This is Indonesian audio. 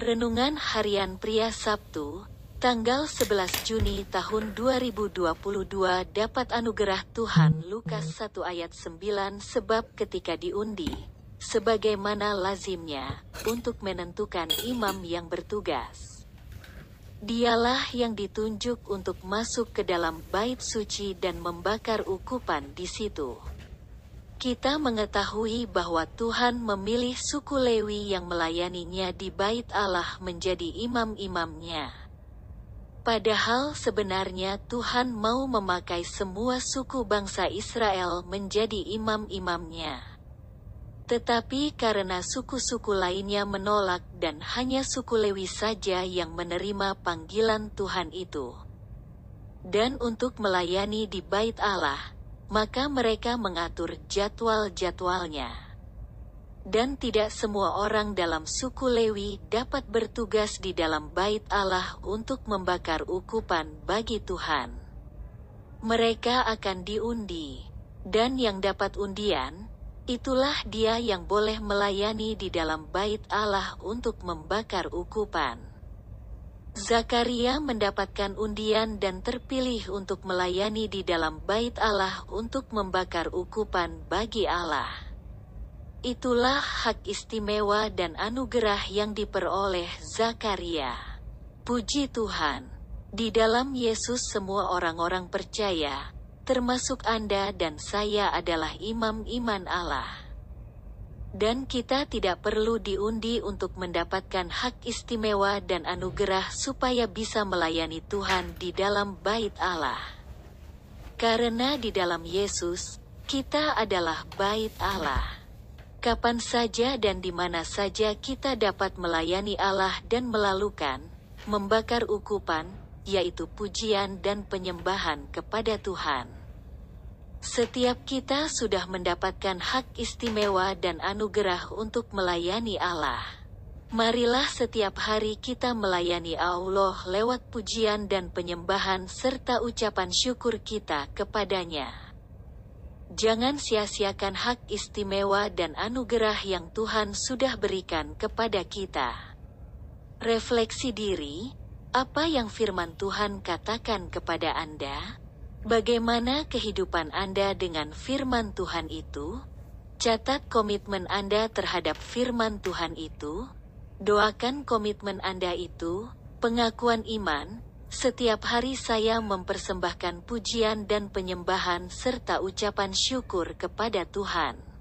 Renungan Harian Pria Sabtu, tanggal 11 Juni tahun 2022 dapat anugerah Tuhan Lukas 1 ayat 9 sebab ketika diundi, sebagaimana lazimnya, untuk menentukan imam yang bertugas. Dialah yang ditunjuk untuk masuk ke dalam bait suci dan membakar ukupan di situ. Kita mengetahui bahwa Tuhan memilih suku Lewi yang melayaninya di bait Allah menjadi imam-imamnya. Padahal sebenarnya Tuhan mau memakai semua suku bangsa Israel menjadi imam-imamnya. Tetapi karena suku-suku lainnya menolak dan hanya suku Lewi saja yang menerima panggilan Tuhan itu. Dan untuk melayani di bait Allah, maka mereka mengatur jadwal-jadwalnya. Dan tidak semua orang dalam suku Lewi dapat bertugas di dalam bait Allah untuk membakar ukupan bagi Tuhan. Mereka akan diundi, dan yang dapat undian, itulah dia yang boleh melayani di dalam bait Allah untuk membakar ukupan. Zakaria mendapatkan undian dan terpilih untuk melayani di dalam bait Allah untuk membakar ukupan bagi Allah. Itulah hak istimewa dan anugerah yang diperoleh Zakaria. Puji Tuhan, di dalam Yesus semua orang-orang percaya, termasuk Anda dan saya adalah imam iman Allah. Dan kita tidak perlu diundi untuk mendapatkan hak istimewa dan anugerah supaya bisa melayani Tuhan di dalam bait Allah. Karena di dalam Yesus, kita adalah bait Allah. Kapan saja dan di mana saja kita dapat melayani Allah dan membakar ukupan, yaitu pujian dan penyembahan kepada Tuhan. Setiap kita sudah mendapatkan hak istimewa dan anugerah untuk melayani Allah. Marilah setiap hari kita melayani Allah lewat pujian dan penyembahan serta ucapan syukur kita kepadanya. Jangan sia-siakan hak istimewa dan anugerah yang Tuhan sudah berikan kepada kita. Refleksi diri, apa yang firman Tuhan katakan kepada Anda? Bagaimana kehidupan Anda dengan firman Tuhan itu? Catat komitmen Anda terhadap firman Tuhan itu. Doakan komitmen Anda itu, pengakuan iman. Setiap hari saya mempersembahkan pujian dan penyembahan serta ucapan syukur kepada Tuhan.